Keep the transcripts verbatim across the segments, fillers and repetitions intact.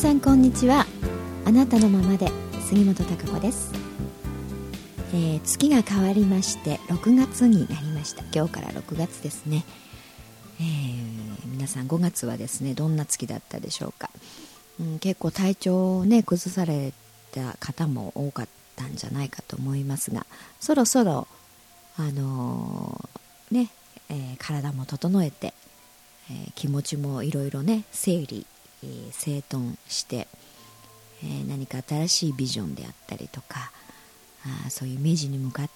さんこんにちは。あなたのままで杉本孝子です。えー、月が変わりましてろくがつになりました。今日からろくがつですね。えー、皆さんごがつはですねどんな月だったでしょうか。うん、結構体調をね崩された方も多かったんじゃないかと思いますが、そろそろあのー、ね、えー、体も整えて、えー、気持ちもいろいろね整理、えー、整頓して、えー、何か新しいビジョンであったりとか、あそういうイメージに向かって、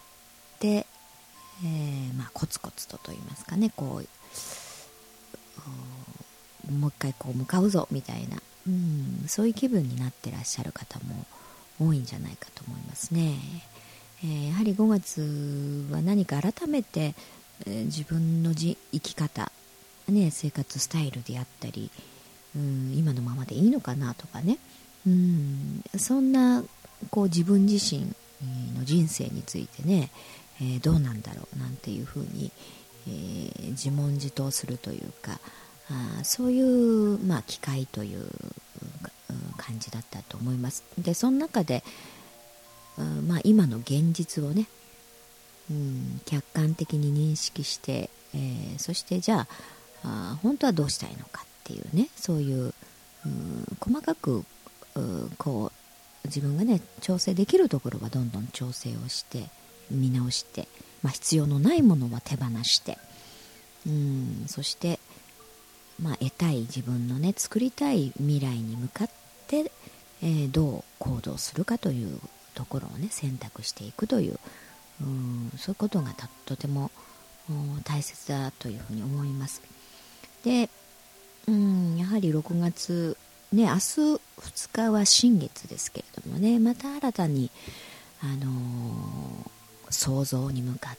えーまあ、コツコツとと言いますかね、こうもう一回こう向かうぞみたいな、うん、そういう気分になってらっしゃる方も多いんじゃないかと思いますね。えー、やはりごがつは何か改めて、えー、自分のじ生き方、ね、生活スタイルであったり、うん、今のままでいいのかなとかね、うん、そんなこう自分自身の人生についてね、えー、どうなんだろうなんていうふうに、えー、自問自答するというか、あそういう、まあ、機会という感じだったと思います。でその中で、うんまあ、今の現実をね、うん、客観的に認識して、えー、そしてじゃあ、あ本当はどうしたいのかっていうね、そういう、うん、細かくこう自分がね調整できるところはどんどん調整をして見直して、まあ、必要のないものは手放して、うん、そして、まあ、得たい自分のね作りたい未来に向かって、えー、どう行動するかというところをね選択していくという、うん、そういうことがとても大切だというふうに思います。で、うん、やはりろくがつね、明日ふつかは新月ですけれどもね、また新たに、あのー、想像に向かって、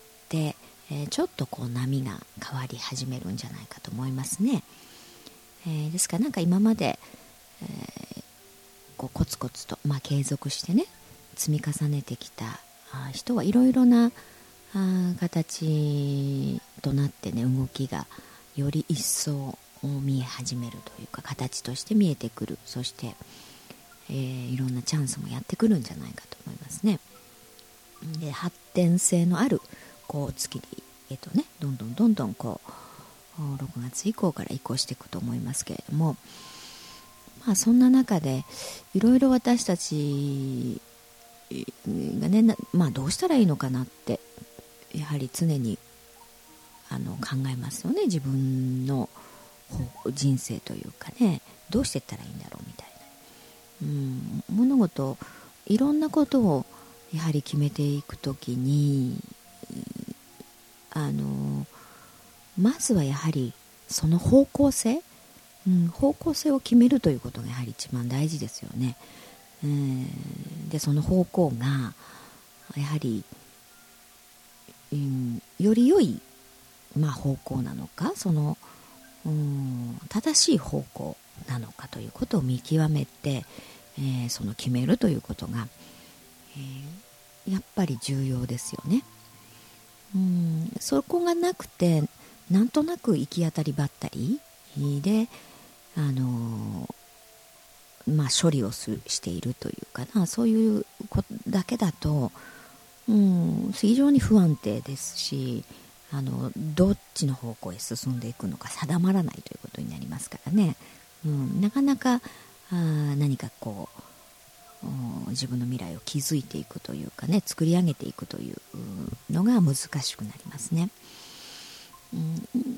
えー、ちょっとこう波が変わり始めるんじゃないかと思いますね。えー、ですからなんか今まで、えー、こうコツコツと、まあ、継続してね積み重ねてきた人はいろいろなあ形となってね動きがより一層見え始めるというか形として見えてくる。そして、えー、いろんなチャンスもやってくるんじゃないかと思いますね。で発展性のあるこう月へとねどんどんどんどんこうろくがつ以降から移行していくと思いますけれども、まあそんな中でいろいろ私たちがね、まあ、どうしたらいいのかなってやはり常にあの考えますよね。自分の人生というかね、どうしていったらいいんだろうみたいな、うん、物事いろんなことをやはり決めていくときに、あのまずはやはりその方向性、うん、方向性を決めるということがやはり一番大事ですよね。えー、でその方向がやはり、うん、より良い、まあ、方向なのか、その、うん、正しい方向なのかということを見極めて、えー、その決めるということが、えー、やっぱり重要ですよね。うん、そこがなくてなんとなく行き当たりばったりで、あのーまあ、処理をすしているというかな、そういうことだけだと、うん、非常に不安定ですし、あのどっちの方向へ進んでいくのか定まらないということになりますからね、うん、なかなかあ何かこう自分の未来を築いていくというかね、作り上げていくというのが難しくなりますね。うん、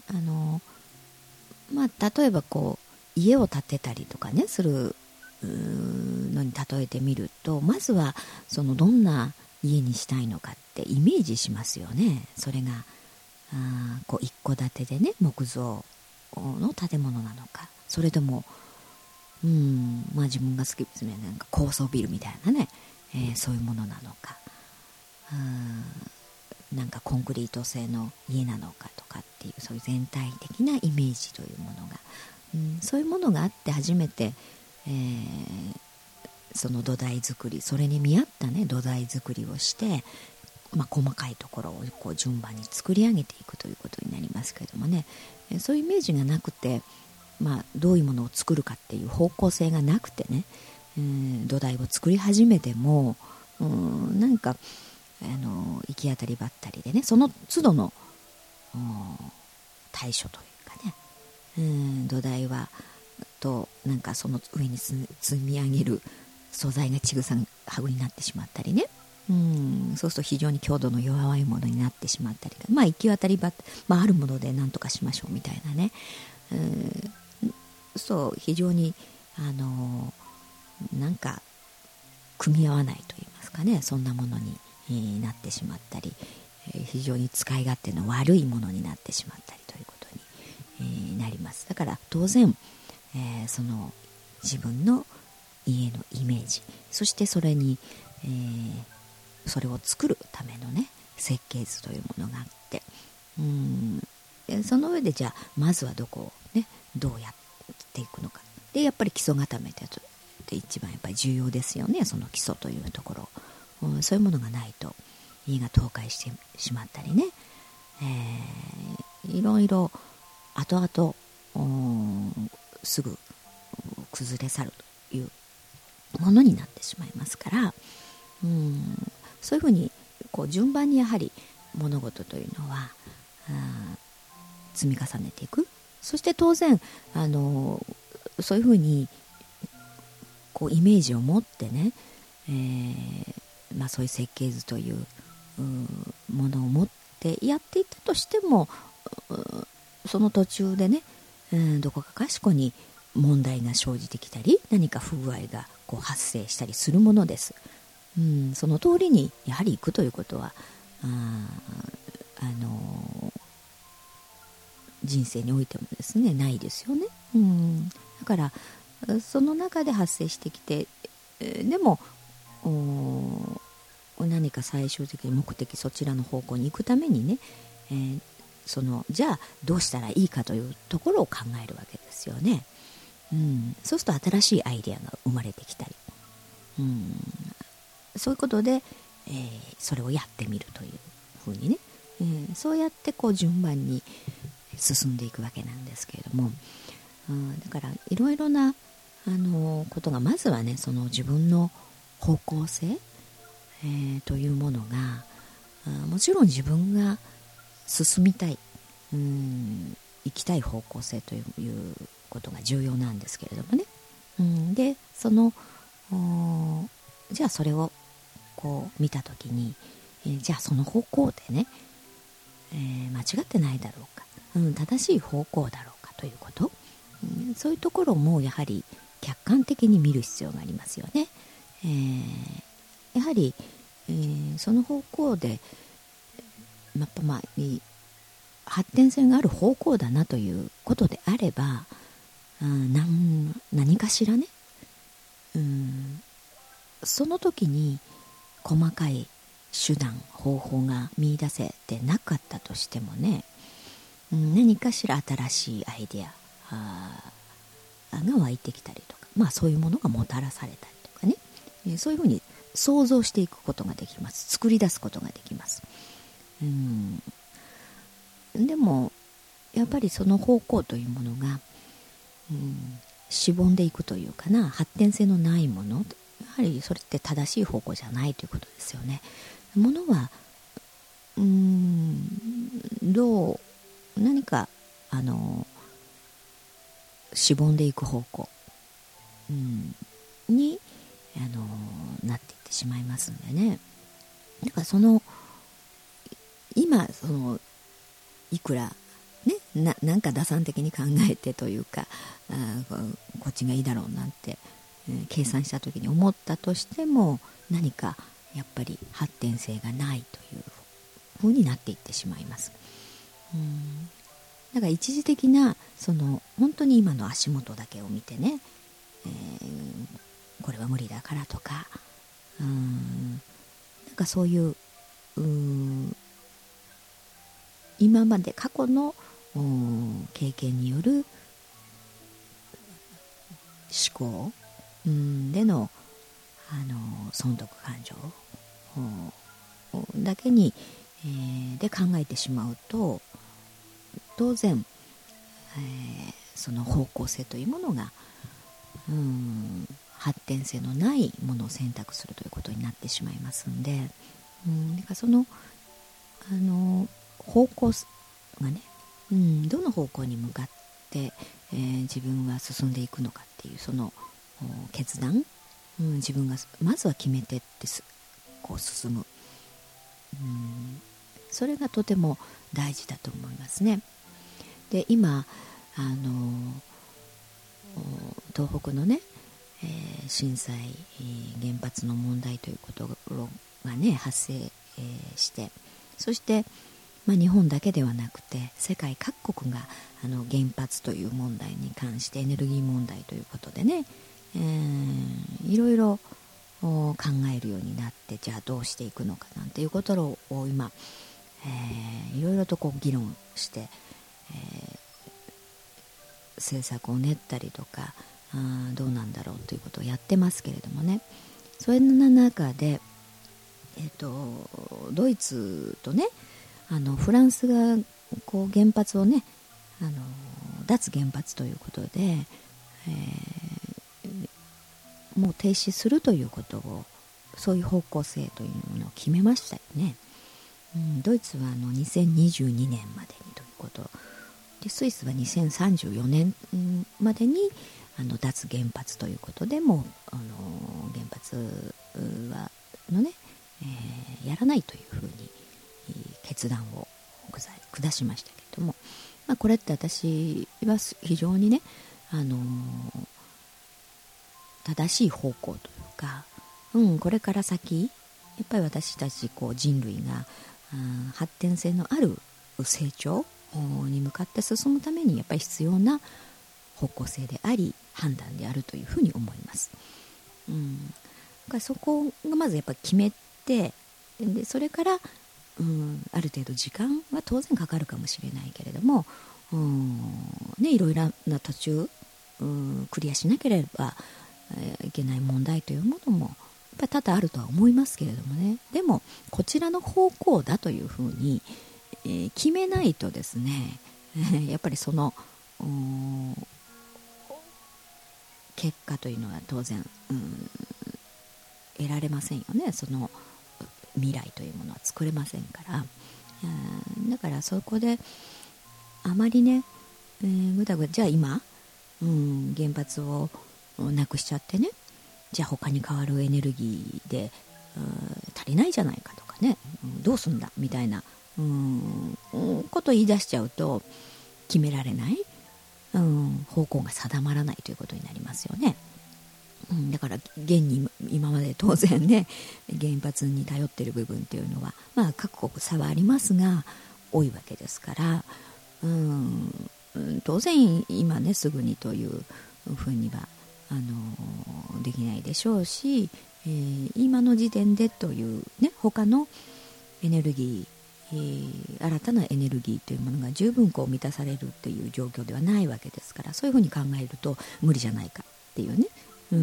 あのまあ、例えばこう家を建てたりとかねするのに例えてみると、まずはそのどんな家にしたいのかってイメージしますよね。それがあこう一戸建てでね木造の建物なのか、それともうんまあ自分が好きですね、なんか高層ビルみたいなね、えー、そういうものなのか、あなんかコンクリート製の家なのかとかっていう、そういう全体的なイメージというものが、うん、そういうものがあって初めて、えー、その土台作り、それに見合ったね土台作りをして、まあ、細かいところをこう順番に作り上げていくということになりますけれどもね、そういうイメージがなくて、 まあ、どういうものを作るかっていう方向性がなくてね、うん、土台を作り始めても、うん、なんかあの行き当たりばったりでね、その都度の対処というかね、うん、土台はとなんかその上に積み上げる素材がちぐさはぐになってしまったりね、うん、そうすると非常に強度の弱いものになってしまったり、まあ行き当たりばった、まあ、あるもので何とかしましょうみたいなね、うん、そう非常にあのなんか組み合わないと言いますかね、そんなものに、えー、なってしまったり、えー、非常に使い勝手の悪いものになってしまったりということに、えー、なります。だから当然、えー、その自分の家のイメージ、そしてそれに、えー、それを作るためのね設計図というものがあって、うん、その上でじゃあまずはどこをねどうやっていくのかで、やっぱり基礎固めって一番やっぱり重要ですよね。その基礎というところ、うん、そういうものがないと家が倒壊してしまったりね、えー、いろいろ後々、うん、すぐ崩れ去るというものになってしまいますから、うん、そういうふうにこう順番にやはり物事というのは積み重ねていく。そして当然あのそういうふうにこうイメージを持ってね、えーまあ、そういう設計図という、うものを持ってやっていったとしても、その途中でね、うん、どこかかしこに問題が生じてきたり何か不具合がこう発生したりするものです。うん、その通りにやはり行くということはあ、あの人生においてもですねないですよね。うん、だからその中で発生してきて、でも何か最終的に目的そちらの方向に行くためにね、えー、そのじゃあどうしたらいいかというところを考えるわけですよね。うん、そうすると新しいアイデアが生まれてきたり、うん、そういうことで、えー、それをやってみるというふうにね、えー、そうやってこう順番に進んでいくわけなんですけれども、うん、だからいろいろなあのことがまずはねその自分の方向性、えー、というものがもちろん自分が進みたい、うん、行きたい方向性ということが重要なんですけれどもね、うん、でそのじゃあそれをこう見たときに、えー、じゃあその方向でね、えー、間違ってないだろうか、うん、正しい方向だろうかということ、うん、そういうところもやはり客観的に見る必要がありますよね。えー、やはり、えー、その方向でやっぱまあ発展性がある方向だなということであれば、あ何、何かしらね、うん、その時に細かい手段方法が見出せてなかったとしてもね、うん、何かしら新しいアイデアが湧いてきたりとか、まあそういうものがもたらされたりとかね、えー、そういうふうに想像していくことができます。作り出すことができます。うん、でもやっぱりその方向というものが、うん、しぼんでいくというかな、発展性のないもの、やはりそれって正しい方向じゃないということですよね。ものはうーんどう何かあのしぼんでいく方向、うん、にあのなっていってしまいますんでね。だからその今そのいくらね、な, なんか打算的に考えてというか、あこっちがいいだろうなんて、えー、計算した時に思ったとしても何かやっぱり発展性がないという風になっていってしまいます。うん、だから一時的なその本当に今の足元だけを見てね、えー、これは無理だからとか、うん、なんかそういう、うーん今まで過去の経験による思考、うん、での、あの損得感情だけに、えー、で考えてしまうと当然、えその方向性というものが、うん、発展性のないものを選択するということになってしまいますんで、うん、だからその、あの方向がね、うん、どの方向に向かって、えー、自分は進んでいくのかっていうその決断、うん、自分がまずは決めてってこう進む、うん、それがとても大事だと思いますね。で今あの東北のね、えー、震災、えー、原発の問題ということがね発生、えー、して、そして、まあ、日本だけではなくて世界各国があの原発という問題に関してエネルギー問題ということでね、えー、いろいろ考えるようになって、じゃあどうしていくのかなんていうことを今、えー、いろいろとこう議論して、えー、政策を練ったりとか、あどうなんだろうということをやってますけれどもね、それの中で、えーと、ドイツとねあのフランスがこう原発をねあの脱原発ということで、えー、もう停止するということを、そういう方向性というのを決めましたよね。うん、ドイツはあのにせんにじゅうにねんまでにということで、スイスはにせんさんじゅうよねんまでにあの脱原発ということでもあの原発はのね、えー、やらないというふうに決断を下しましたけれども、まあ、これって私は非常にね、あのー、正しい方向というか、うん、これから先やっぱり私たちこう人類が発展性のある成長に向かって進むためにやっぱり必要な方向性であり判断であるというふうに思います。うん、だからそこがまずやっぱり決めて、でそれからうん、ある程度時間は当然かかるかもしれないけれども、うんね、いろいろな途中、うん、クリアしなければ、えー、いけない問題というものもやっぱり多々あるとは思いますけれどもね、でもこちらの方向だというふうに、えー、決めないとですね、やっぱりその結果というのは当然、うん、得られませんよね。その未来というものは作れませんから、だからそこであまりね、えー、ぐだぐだじゃあ今、うん、原発をなくしちゃってね、じゃあ他に代わるエネルギーで、うん、足りないじゃないかとかね、うん、どうすんだみたいな、うん、ことを言い出しちゃうと決められない、うん、方向が定まらないということになりますよね。うん、だから現に今まで当然ね原発に頼っている部分っていうのは、まあ、各国差はありますが多いわけですから、うん、当然今ねすぐにというふうにはあのできないでしょうし、えー、今の時点でという、ね、他のエネルギー、えー、新たなエネルギーというものが十分こう満たされるっていう状況ではないわけですから、そういうふうに考えると無理じゃないかっていうね、うん、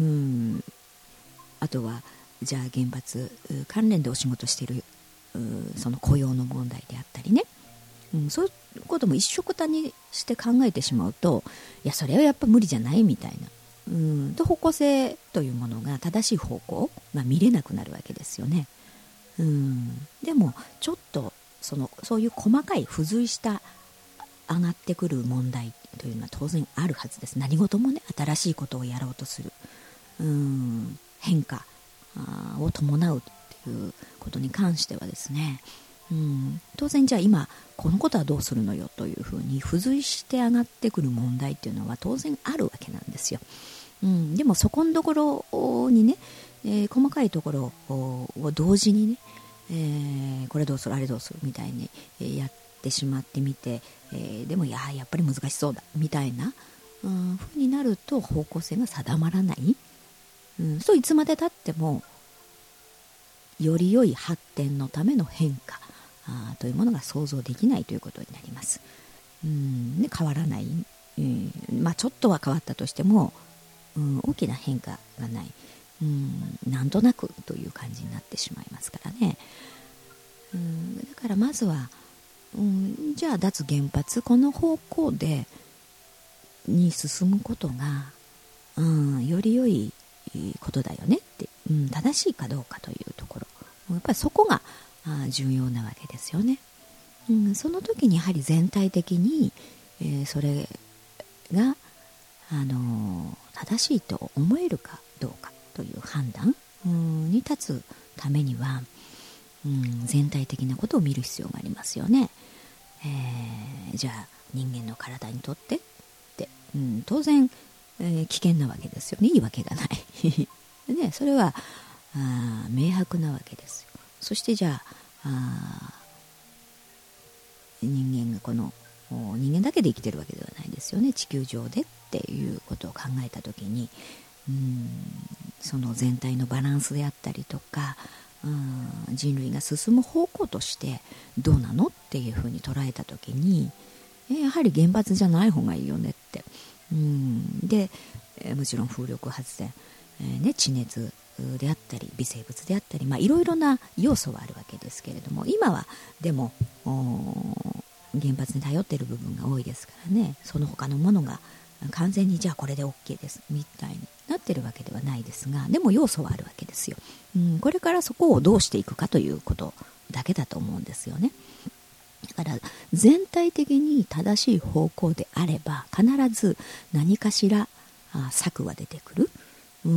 あとはじゃあ原発関連でお仕事しているその雇用の問題であったりね、うん、そういうことも一緒くたにして考えてしまうと、いやそれはやっぱ無理じゃないみたいな、うん、と方向性というものが正しい方向が見れなくなるわけですよね。うん、でもちょっとそのそういう細かい付随した上がってくる問題というのは当然あるはずです。何事もね新しいことをやろうとする、うん、変化を伴うっていうことに関してはですね、うん、当然じゃあ今このことはどうするのよというふうに付随して上がってくる問題っていうのは当然あるわけなんですよ。うん、でもそこのところにね、えー、細かいところを同時にね、えー、これどうするあれどうするみたいにやってしまってみて、えー、でもややっぱり難しそうだみたいな、うん、ふうになると方向性が定まらない、うん、そういつまでたってもより良い発展のための変化あというものが想像できないということになります。うん、で変わらない、うん、まあちょっとは変わったとしても、うん、大きな変化がない、うん、なんとなくという感じになってしまいますからね。うん、だからまずは、うん、じゃあ脱原発この方向でに進むことが、うん、より良いことだよねって、うん、正しいかどうかというところ、やっぱりそこが重要なわけですよね。うん、その時にやはり全体的に、えー、それが、あのー、正しいと思えるかどうかという判断、うん、に立つためには、うん、全体的なことを見る必要がありますよね。えー、じゃあ人間の体にとってって、うん、当然、えー、危険なわけですよね。いいわけがないね、それはあ明白なわけですよ。そしてじゃあ、あ人間がこの人間だけで生きてるわけではないですよね。地球上でっていうことを考えたときに、うん、その全体のバランスであったりとか、うん、人類が進む方向としてどうなのっていうふうに捉えたときに、えやはり原発じゃない方がいいよねって、うん、でもちろん風力発電、えーね、地熱であったり微生物であったり、まあ、いろいろな要素はあるわけですけれども、今はでも原発に頼っている部分が多いですからね、その他のものが完全にじゃあこれで OK ですみたいになってるわけではないですが、でも要素はあるわけですよ、うん、これからそこをどうしていくかということだけだと思うんですよね。だから全体的に正しい方向であれば必ず何かしら策は出てくる。うん、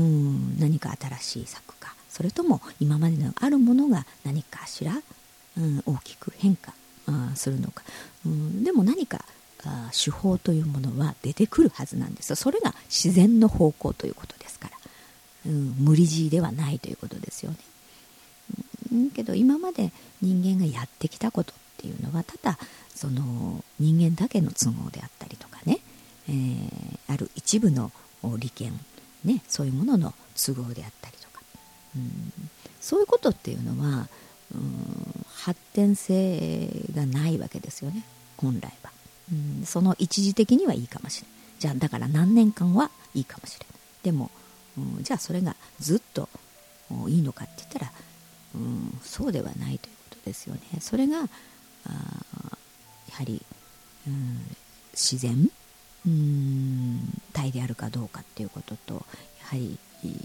何か新しい策か、それとも今までのあるものが何かしら、うん、大きく変化するのか、うん、でも何か手法というものは出てくるはずなんですよ。それが自然の方向ということですから、うん、無理強いではないということですよね。うん、けど今まで人間がやってきたことっていうのはただその人間だけの都合であったりとかね、えー、ある一部の利権ね、そういうものの都合であったりとか、うん、そういうことっていうのは、うん、発展性がないわけですよね、本来は、うん、その一時的にはいいかもしれない。じゃあだから何年間はいいかもしれない。でも、うん、じゃあそれがずっといいのかって言ったら、うん、そうではないということですよね。それがあやはり、うん、自然うーん体であるかどうかっていうことと、やはり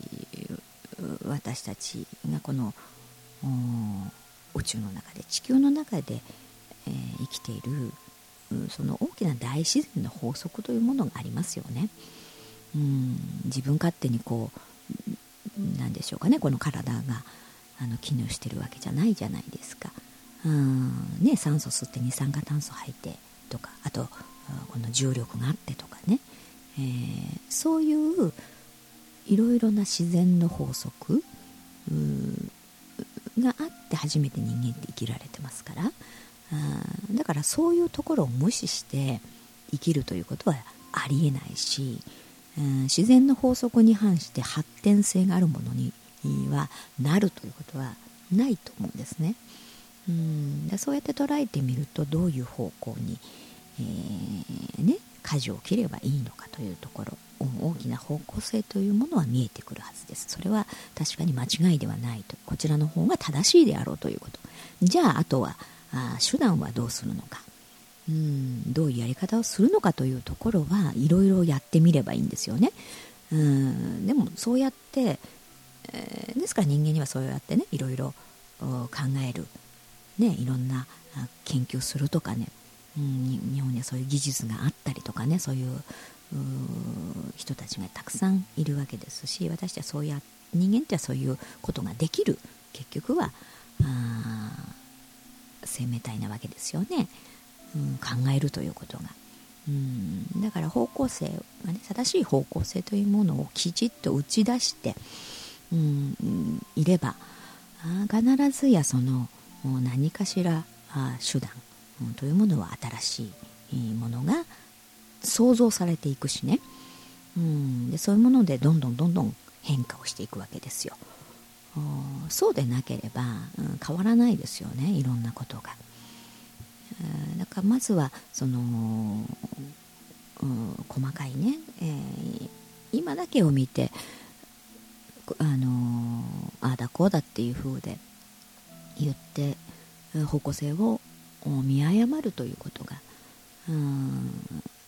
私たちがこの宇宙の中で地球の中で、えー、生きているその大きな大自然の法則というものがありますよね。うん自分勝手にこうなんでしょうかね、この体があの機能してるわけじゃないじゃないですか。うんね、酸素吸って二酸化炭素吐いてとか、あとこの重力があってとかね、えー、そういういろいろな自然の法則があって初めて人間って生きられてますから、あだからそういうところを無視して生きるということはありえないし、うん、自然の法則に反して発展性があるものにはなるということはないと思うんですね。うんでそうやって捉えてみるとどういう方向にえーね、舵を切ればいいのかというところ、大きな方向性というものは見えてくるはずです。それは確かに間違いではないと、こちらの方が正しいであろうということ。じゃああとはあ手段はどうするのか、うんどういうやり方をするのかというところはいろいろやってみればいいんですよね。うんでもそうやって、えー、ですから人間にはそうやってねいろいろ考える、ね、いろんな研究するとかね、うん、日本にはそういう技術があったりとかね、そういう、う人たちがたくさんいるわけですし、私たちはそうや人間ってはそういうことができる、結局はあ生命体なわけですよね、うん、考えるということが、うん、だから方向性がね、正しい方向性というものをきちっと打ち出して、うん、いればあ必ずやその何かしらあ手段というものは新しいものが想像されていくしね、うん、でそういうものでどんどんどんどん変化をしていくわけですよ。そうでなければ、うん、変わらないですよね、いろんなことが。だからまずはその、うん、細かいね、えー、今だけを見てあのああだこうだっていう風で言って方向性を見誤るということが、うん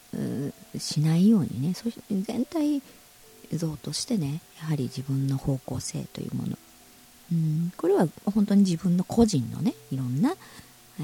しないようにね、そして全体像としてね、やはり自分の方向性というもの、うん、これは本当に自分の個人のね、いろんな、えー、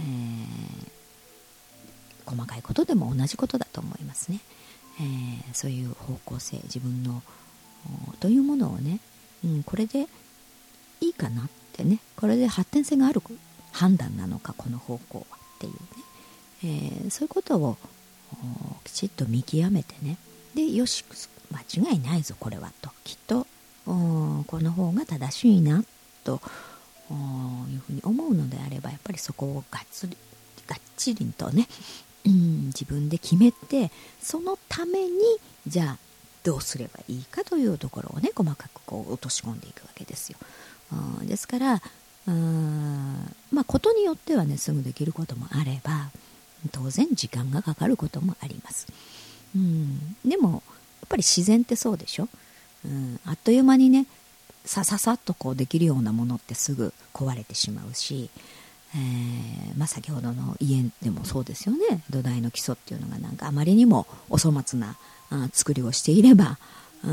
細かいことでも同じことだと思いますね。えー、そういう方向性、自分のというものをね、うん、これでいいかなってね、これで発展性がある判断なのか、この方向はっていうね、えー、そういうことをきちっと見極めてね、で、よし、間違いないぞこれはと、きっとこの方が正しいなというふうに思うのであれば、やっぱりそこをがっつりがっちりとね、うん、自分で決めて、そのためにじゃあどうすればいいかというところをね、細かくこう落とし込んでいくわけですよ。ですから、まあことによってはね、すぐできることもあれば、当然時間がかかることもあります。うん、でもやっぱり自然ってそうでしょ、うん、あっという間にね、さささっとこうできるようなものってすぐ壊れてしまうし、えーまあ、先ほどの家でもそうですよね。土台の基礎っていうのがなんかあまりにもお粗末なあ作りをしていれば、うん、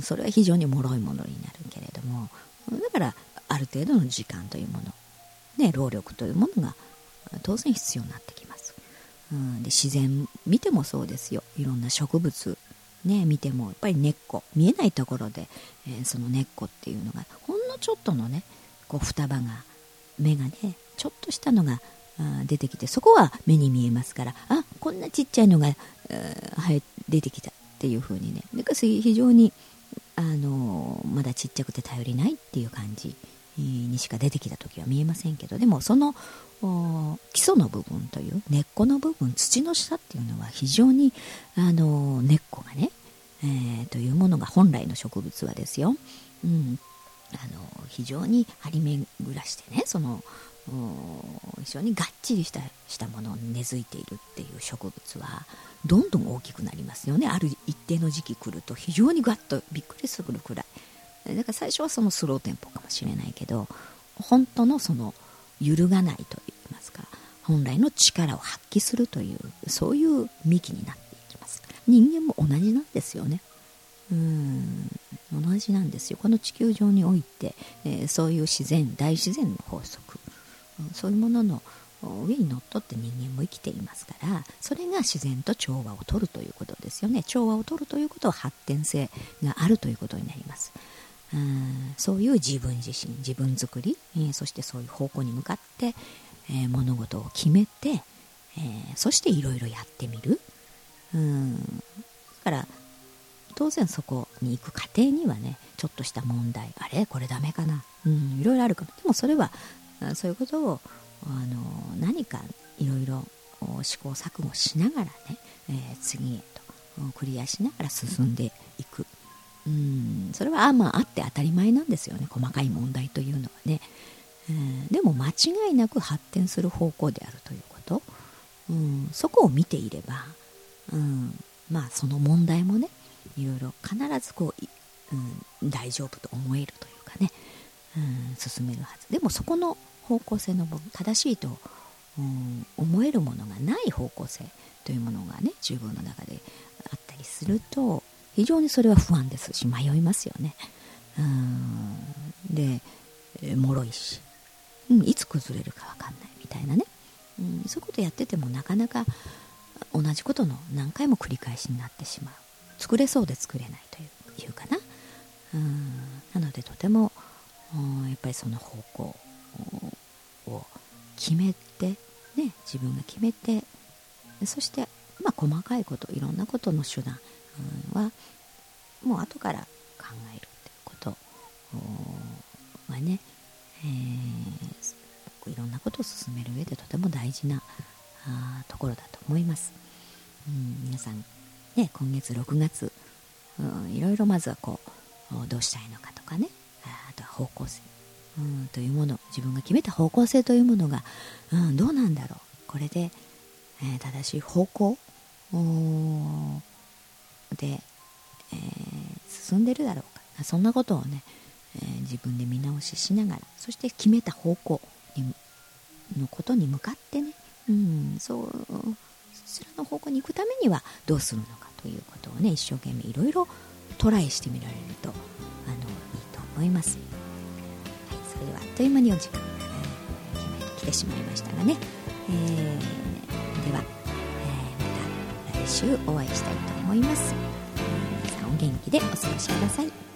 それは非常に脆いものになるけれども、だからある程度の時間というもの、ね、労力というものが当然必要になってきます。うん、で自然見てもそうですよ。いろんな植物ね、見てもやっぱり根っこ、見えないところで、えー、その根っこっていうのがほんのちょっとのね、こう双葉が、芽がね、ちょっとしたのが出てきて、そこは目に見えますから、あ、こんなちっちゃいのが生え出てきたっていう風にね、だから非常にあのまだちっちゃくて頼りないっていう感じにしか出てきた時は見えませんけど、でもその基礎の部分という根っこの部分、土の下っていうのは非常にあの根っこがね、えー、というものが本来の植物はですよ、うん、あの非常に張り巡らしてね、その非常にがっちりしたしたものに根付いているっていう植物はどんどん大きくなりますよね。ある一定の時期来ると非常にガッとびっくりするくらい。だから最初はそのスローテンポかもしれないけど、本当のその揺るがないといいますか、本来の力を発揮するという、そういう幹になっていきます。人間も同じなんですよね。うーん同じなんですよ。この地球上において、えー、そういう自然、大自然の法則、そういうものの上にのっとって人間も生きていますから、それが自然と調和を取るということですよね。調和を取るということは発展性があるということになります。うーんそういう自分自身、自分作り、えー、そしてそういう方向に向かって、えー、物事を決めて、えー、そしていろいろやってみる。うーんだから当然そこに行く過程にはね、ちょっとした問題、あれこれダメかな、うん、いろいろあるかも。でもそれはそういうことをあの何かいろいろ試行錯誤しながらね、えー、次へとクリアしながら進んでいく。うんそれはあ、まあ、あって当たり前なんですよね。細かい問題というのはね、えー、でも間違いなく発展する方向であるということ、うん、そこを見ていれば、うん、まあその問題もね、いろいろ必ずこう、うん、大丈夫と思えるというかね、うん、進めるはず。でもそこの方向性の部分、正しいと、うん、思えるものがない方向性というものがね、自分の中であったりすると、非常にそれは不安ですし、迷いますよね。うんで、脆いし、うん、いつ崩れるか分かんないみたいなね、うん、そういうことやっててもなかなか同じことの何回も繰り返しになってしまう。作れそうで作れないといういうかな。うんなのでとてもやっぱりその方向を決めて、ね、自分が決めて、そして、まあ、細かいこと、いろんなことの手段はもう後から考えるっていうことはね、えー、いろんなことを進める上でとても大事なあところだと思います。うん、皆さん、ね、今月ろくがつ、うん、いろいろまずはこうどうしたいのかとかね、あとは方向性、うん、というもの、自分が決めた方向性というものが、うん、どうなんだろう、これで、えー、正しい方向で、えー、進んでるだろうか、そんなことをね、えー、自分で見直ししながら、そして決めた方向にのことに向かってね、うん、そうちらの方向に行くためにはどうするのかということをね、一生懸命いろいろトライしてみられるとあのいいと思います。はい、それではあっという間にお時間が決まってきてしまいましたがね、えー、では、えー、また来週お会いしたいと思います。えー、皆さんお元気でお過ごしください。